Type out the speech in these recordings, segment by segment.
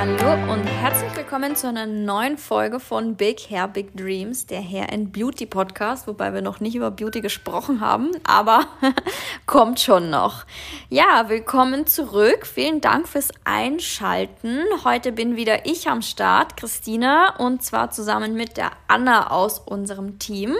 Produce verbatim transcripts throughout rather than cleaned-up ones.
Hallo und herzlich willkommen zu einer neuen Folge von Big Hair, Big Dreams, der Hair and Beauty Podcast, wobei wir noch nicht über Beauty gesprochen haben, aber kommt schon noch. Ja, willkommen zurück. Vielen Dank fürs Einschalten. Heute bin wieder ich am Start, Christina, und zwar zusammen mit der Anna aus unserem Team.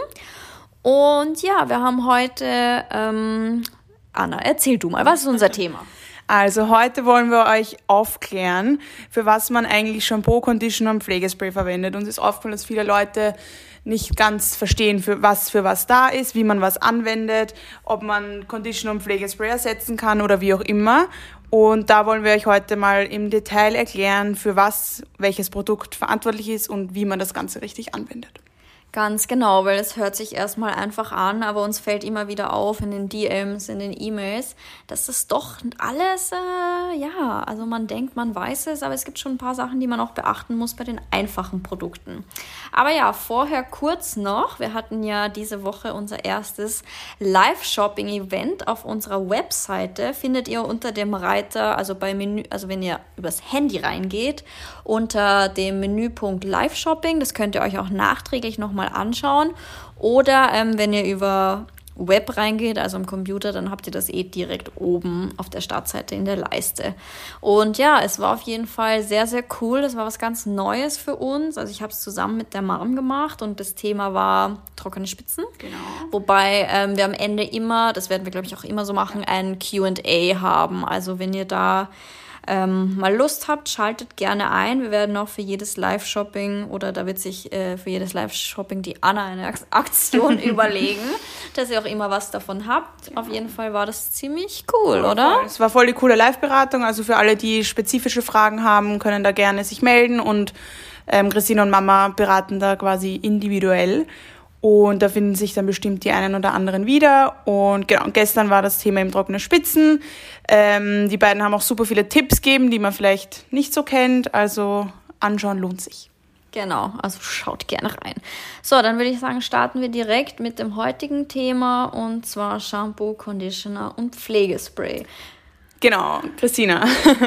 Und ja, wir haben heute, ähm, Anna, erzähl du mal, was ist unser Thema? Also heute wollen wir euch aufklären, für was man eigentlich Shampoo, Conditioner und Pflegespray verwendet. Uns ist aufgefallen, dass viele Leute nicht ganz verstehen, für was für was da ist, wie man was anwendet, ob man Conditioner und Pflegespray ersetzen kann oder wie auch immer. Und da wollen wir euch heute mal im Detail erklären, für was welches Produkt verantwortlich ist und wie man das Ganze richtig anwendet. Ganz genau, weil es hört sich erstmal einfach an, aber uns fällt immer wieder auf in den D Ms, in den E-Mails, dass das doch alles, äh, ja, also man denkt, man weiß es, aber es gibt schon ein paar Sachen, die man auch beachten muss bei den einfachen Produkten. Aber ja, vorher kurz noch, wir hatten ja diese Woche unser erstes Live-Shopping-Event auf unserer Webseite, findet ihr unter dem Reiter, also bei Menü, also wenn ihr übers Handy reingeht, unter dem Menüpunkt Live-Shopping, das könnt ihr euch auch nachträglich nochmal anschauen, oder ähm, wenn ihr über Web reingeht, also am Computer, dann habt ihr das eh direkt oben auf der Startseite in der Leiste. Und ja, es war auf jeden Fall sehr, sehr cool. Das war was ganz Neues für uns. Also ich habe es zusammen mit der Mom gemacht und das Thema war trockene Spitzen. Genau. Wobei ähm, wir am Ende immer, das werden wir glaube ich auch immer so machen, ein Q and A haben. Also wenn ihr da Ähm, mal Lust habt, schaltet gerne ein. Wir werden auch für jedes Live-Shopping oder da wird sich äh, für jedes Live-Shopping die Anna eine Aktion überlegen, dass ihr auch immer was davon habt. Auf jeden Fall war das ziemlich cool, oder? Es war voll die coole Live-Beratung, also für alle, die spezifische Fragen haben, können da gerne sich melden und ähm, Christina und Mama beraten da quasi individuell. Und da finden sich dann bestimmt die einen oder anderen wieder. Und genau, gestern war das Thema eben trockene Spitzen. Ähm, die beiden haben auch super viele Tipps gegeben, die man vielleicht nicht so kennt. Also anschauen lohnt sich. Genau, also schaut gerne rein. So, dann würde ich sagen, starten wir direkt mit dem heutigen Thema. Und zwar Shampoo, Conditioner und Pflegespray. Genau, Christina.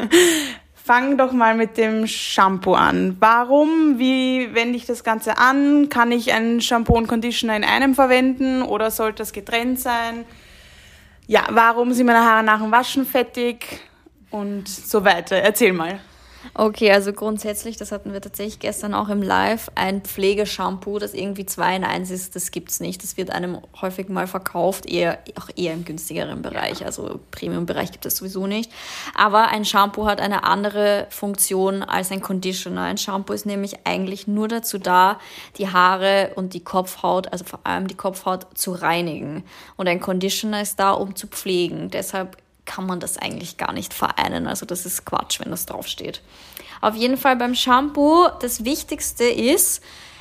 Fang doch mal mit dem Shampoo an. Warum, wie wende ich das Ganze an? Kann ich ein Shampoo und Conditioner in einem verwenden oder sollte das getrennt sein? Ja, warum sind meine Haare nach dem Waschen fettig? Und so weiter. Erzähl mal. Okay, also grundsätzlich, das hatten wir tatsächlich gestern auch im Live, ein Pflegeshampoo, das irgendwie zwei in eins ist, das gibt's nicht. Das wird einem häufig mal verkauft, eher auch eher im günstigeren Bereich, also Premium-Bereich gibt es sowieso nicht. Aber ein Shampoo hat eine andere Funktion als ein Conditioner. Ein Shampoo ist nämlich eigentlich nur dazu da, die Haare und die Kopfhaut, also vor allem die Kopfhaut, zu reinigen. Und ein Conditioner ist da, um zu pflegen. Deshalb kann man das eigentlich gar nicht vereinen. Also das ist Quatsch, wenn das draufsteht. Auf jeden Fall beim Shampoo, das Wichtigste ist,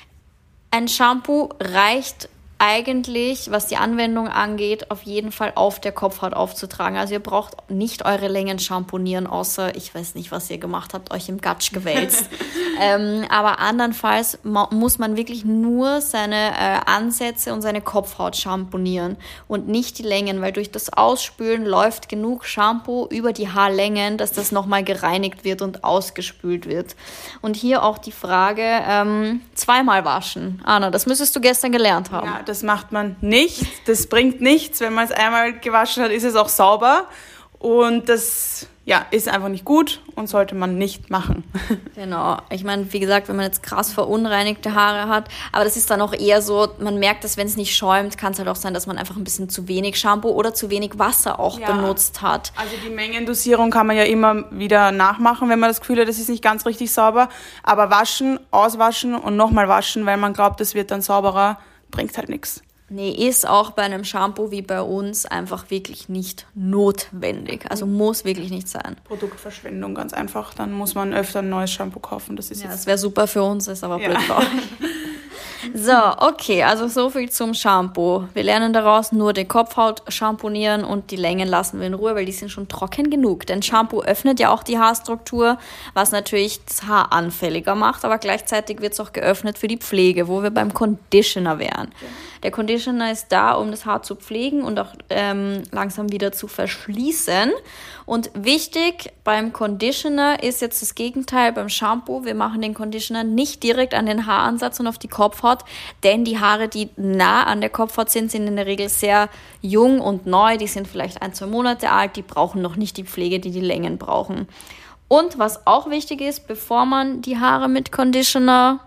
ein Shampoo reicht eigentlich, was die Anwendung angeht, auf jeden Fall auf der Kopfhaut aufzutragen. Also ihr braucht nicht eure Längen shampoonieren, außer, ich weiß nicht, was ihr gemacht habt, euch im Gatsch gewälzt. ähm, aber andernfalls ma- muss man wirklich nur seine äh, Ansätze und seine Kopfhaut shampoonieren und nicht die Längen, weil durch das Ausspülen läuft genug Shampoo über die Haarlängen, dass das nochmal gereinigt wird und ausgespült wird. Und hier auch die Frage, ähm, zweimal waschen. Anna, das müsstest du gestern gelernt haben. Ja, das macht man nicht. Das bringt nichts. Wenn man es einmal gewaschen hat, ist es auch sauber. Und das ja, ist einfach nicht gut und sollte man nicht machen. Genau. Ich meine, wie gesagt, wenn man jetzt krass verunreinigte Haare hat, aber das ist dann auch eher so, man merkt, dass wenn es nicht schäumt, kann es halt auch sein, dass man einfach ein bisschen zu wenig Shampoo oder zu wenig Wasser auch ja. benutzt hat. Also die Mengendosierung kann man ja immer wieder nachmachen, wenn man das Gefühl hat, das ist nicht ganz richtig sauber. Aber waschen, auswaschen und nochmal waschen, weil man glaubt, das wird dann sauberer, bringt halt nichts. Nee, ist auch bei einem Shampoo wie bei uns einfach wirklich nicht notwendig. Also muss wirklich nicht sein. Produktverschwendung, ganz einfach. Dann muss man öfter ein neues Shampoo kaufen. Das ist ja, jetzt das wäre super für uns, ist aber blöd ja. für euch. So, okay, also so viel zum Shampoo. Wir lernen daraus nur die Kopfhaut shampoonieren und die Längen lassen wir in Ruhe, weil die sind schon trocken genug. Denn Shampoo öffnet ja auch die Haarstruktur, was natürlich das Haar anfälliger macht, aber gleichzeitig wird es auch geöffnet für die Pflege, wo wir beim Conditioner wären. Okay. Der Conditioner ist da, um das Haar zu pflegen und auch ähm, langsam wieder zu verschließen. Und wichtig beim Conditioner ist jetzt das Gegenteil beim Shampoo. Wir machen den Conditioner nicht direkt an den Haaransatz und auf die Kopfhaut, denn die Haare, die nah an der Kopfhaut sind, sind in der Regel sehr jung und neu. Die sind vielleicht ein, zwei Monate alt, die brauchen noch nicht die Pflege, die die Längen brauchen. Und was auch wichtig ist, bevor man die Haare mit Conditioner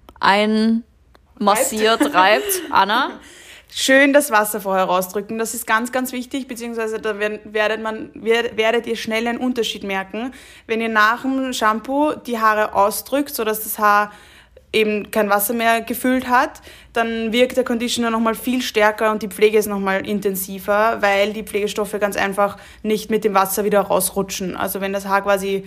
einmassiert, reibt, Anna? Schön das Wasser vorher rausdrücken, das ist ganz, ganz wichtig, beziehungsweise da werdet, man, werdet ihr schnell einen Unterschied merken, wenn ihr nach dem Shampoo die Haare ausdrückt, sodass das Haar eben kein Wasser mehr gefüllt hat, dann wirkt der Conditioner nochmal viel stärker und die Pflege ist nochmal intensiver, weil die Pflegestoffe ganz einfach nicht mit dem Wasser wieder rausrutschen. Also wenn das Haar quasi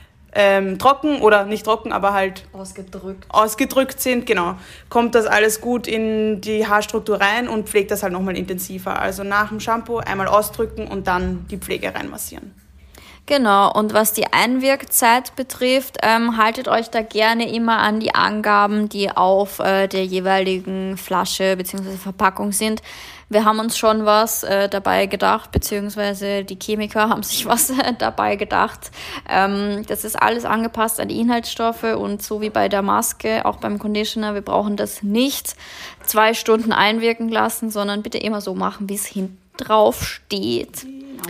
Ähm, trocken oder nicht trocken, aber halt ausgedrückt. ausgedrückt sind, genau, kommt das alles gut in die Haarstruktur rein und pflegt das halt nochmal intensiver. Also nach dem Shampoo einmal ausdrücken und dann die Pflege reinmassieren. Genau, und was die Einwirkzeit betrifft, ähm, haltet euch da gerne immer an die Angaben, die auf äh, der jeweiligen Flasche bzw. Verpackung sind. Wir haben uns schon was äh, dabei gedacht, beziehungsweise die Chemiker haben sich was äh, dabei gedacht. Ähm, das ist alles angepasst an die Inhaltsstoffe und so wie bei der Maske, auch beim Conditioner, wir brauchen das nicht zwei Stunden einwirken lassen, sondern bitte immer so machen, wie es hinten drauf steht.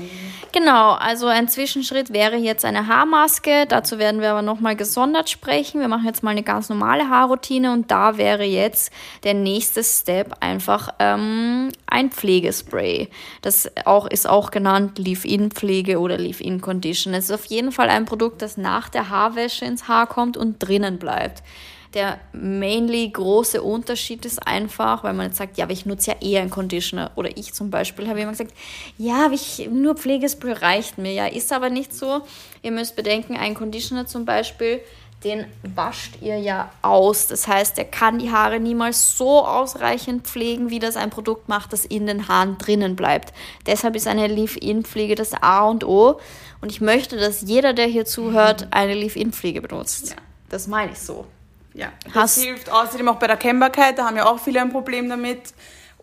Genau, also ein Zwischenschritt wäre jetzt eine Haarmaske. Dazu werden wir aber nochmal gesondert sprechen. Wir machen jetzt mal eine ganz normale Haarroutine und da wäre jetzt der nächste Step einfach ähm, ein Pflegespray. Das auch, ist auch genannt Leave-In-Pflege oder Leave-In-Condition. Es ist auf jeden Fall ein Produkt, das nach der Haarwäsche ins Haar kommt und drinnen bleibt. Der mainly große Unterschied ist einfach, weil man jetzt sagt, ja, aber ich nutze ja eher einen Conditioner. Oder ich zum Beispiel habe immer gesagt, ja, aber ich, nur Pflegespray reicht mir. Ja, ist aber nicht so. Ihr müsst bedenken, ein Conditioner zum Beispiel, den wascht ihr ja aus. Das heißt, der kann die Haare niemals so ausreichend pflegen, wie das ein Produkt macht, das in den Haaren drinnen bleibt. Deshalb ist eine Leave-In-Pflege das A und O. Und ich möchte, dass jeder, der hier zuhört, eine Leave-In-Pflege benutzt. Ja. Das meine ich so. Ja, das Hast hilft außerdem auch bei der Kennbarkeit, da haben ja auch viele ein Problem damit.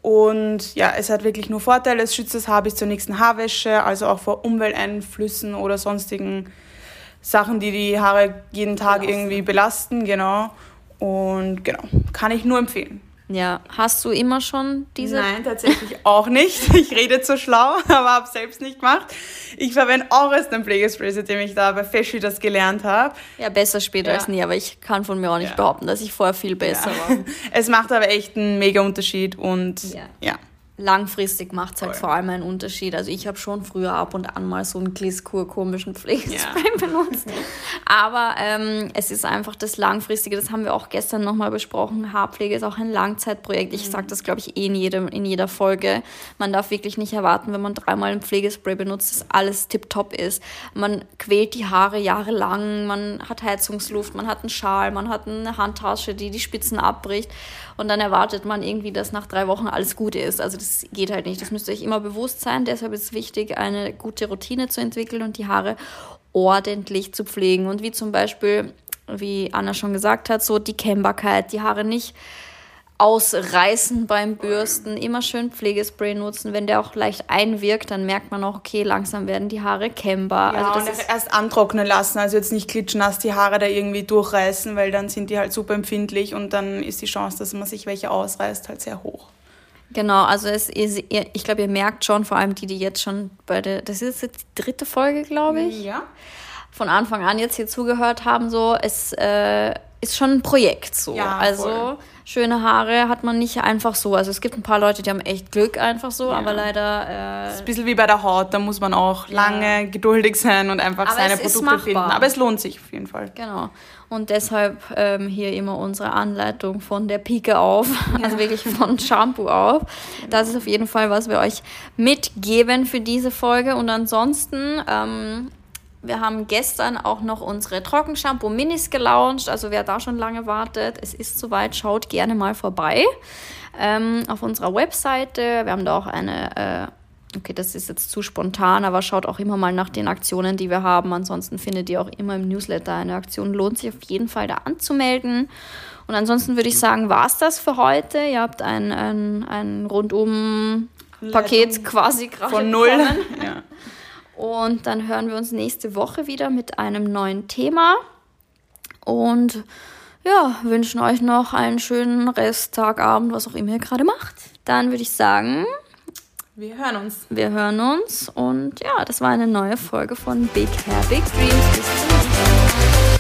Und ja, es hat wirklich nur Vorteile, es schützt das Haar bis zur nächsten Haarwäsche, also auch vor Umwelteinflüssen oder sonstigen Sachen, die die Haare jeden Tag belasten. irgendwie belasten, genau. Und genau, kann ich nur empfehlen. Ja, hast du immer schon diese? Nein, tatsächlich auch nicht. Ich rede zu schlau, aber habe es selbst nicht gemacht. Ich verwende auch erst ein Pflegespray, seitdem ich da bei Feschi das gelernt habe. Ja, besser später ja. als nie, aber ich kann von mir auch nicht ja. behaupten, dass ich vorher viel besser ja. war. Es macht aber echt einen mega Unterschied und ja. ja. Langfristig macht es halt Voll. vor allem einen Unterschied. Also ich habe schon früher ab und an mal so einen Gliskur komischen Pflegespray ja. benutzt. Aber ähm, es ist einfach das Langfristige, das haben wir auch gestern nochmal besprochen. Haarpflege ist auch ein Langzeitprojekt. Ich sage das, glaube ich, eh in, jedem, in jeder Folge. Man darf wirklich nicht erwarten, wenn man dreimal ein Pflegespray benutzt, dass alles tipptopp ist. Man quält die Haare jahrelang, man hat Heizungsluft, man hat einen Schal, man hat eine Handtasche, die die Spitzen abbricht. Und dann erwartet man irgendwie, dass nach drei Wochen alles gut ist. Also das geht halt nicht. Das müsst ihr euch immer bewusst sein. Deshalb ist es wichtig, eine gute Routine zu entwickeln und die Haare ordentlich zu pflegen. Und wie zum Beispiel, wie Anna schon gesagt hat, so die Kennbarkeit, die Haare nicht ausreißen beim Bürsten, immer schön Pflegespray nutzen. Wenn der auch leicht einwirkt, dann merkt man auch, okay, langsam werden die Haare kennbar. Ja, also das und ist erst antrocknen lassen, also jetzt nicht klitschnass die Haare da irgendwie durchreißen, weil dann sind die halt super empfindlich und dann ist die Chance, dass man sich welche ausreißt, halt sehr hoch. Genau, also es ist, ich glaube, ihr merkt schon, vor allem die, die jetzt schon bei der, das ist jetzt die dritte Folge, glaube ich, ja. von Anfang an jetzt hier zugehört haben, so, es äh, ist schon ein Projekt, so. Ja, also voll. Schöne Haare hat man nicht einfach so. Also es gibt ein paar Leute, die haben echt Glück einfach so, ja. aber leider... Äh, das ist ein bisschen wie bei der Haut, da muss man auch ja. lange geduldig sein und einfach aber seine Produkte finden. Aber es lohnt sich auf jeden Fall. Genau. Und deshalb ähm, hier immer unsere Anleitung von der Pike auf, ja. also wirklich von Shampoo auf. Genau. Das ist auf jeden Fall, was wir euch mitgeben für diese Folge. Und ansonsten... Ähm, Wir haben gestern auch noch unsere Trockenshampoo-Minis gelauncht. Also wer da schon lange wartet, es ist soweit, schaut gerne mal vorbei ähm, auf unserer Webseite. Wir haben da auch eine, äh, okay, das ist jetzt zu spontan, aber schaut auch immer mal nach den Aktionen, die wir haben. Ansonsten findet ihr auch immer im Newsletter eine Aktion. Lohnt sich auf jeden Fall, da anzumelden. Und ansonsten würde ich sagen, war es das für heute. Ihr habt ein, ein, ein rundum Paket quasi gerade von null. Ja. Und dann hören wir uns nächste Woche wieder mit einem neuen Thema. Und ja, wünschen euch noch einen schönen Resttag, Abend, was auch immer ihr gerade macht. Dann würde ich sagen, wir hören uns. Wir hören uns. Und ja, das war eine neue Folge von Big Hair, Big Dreams. Bis zum nächsten Mal.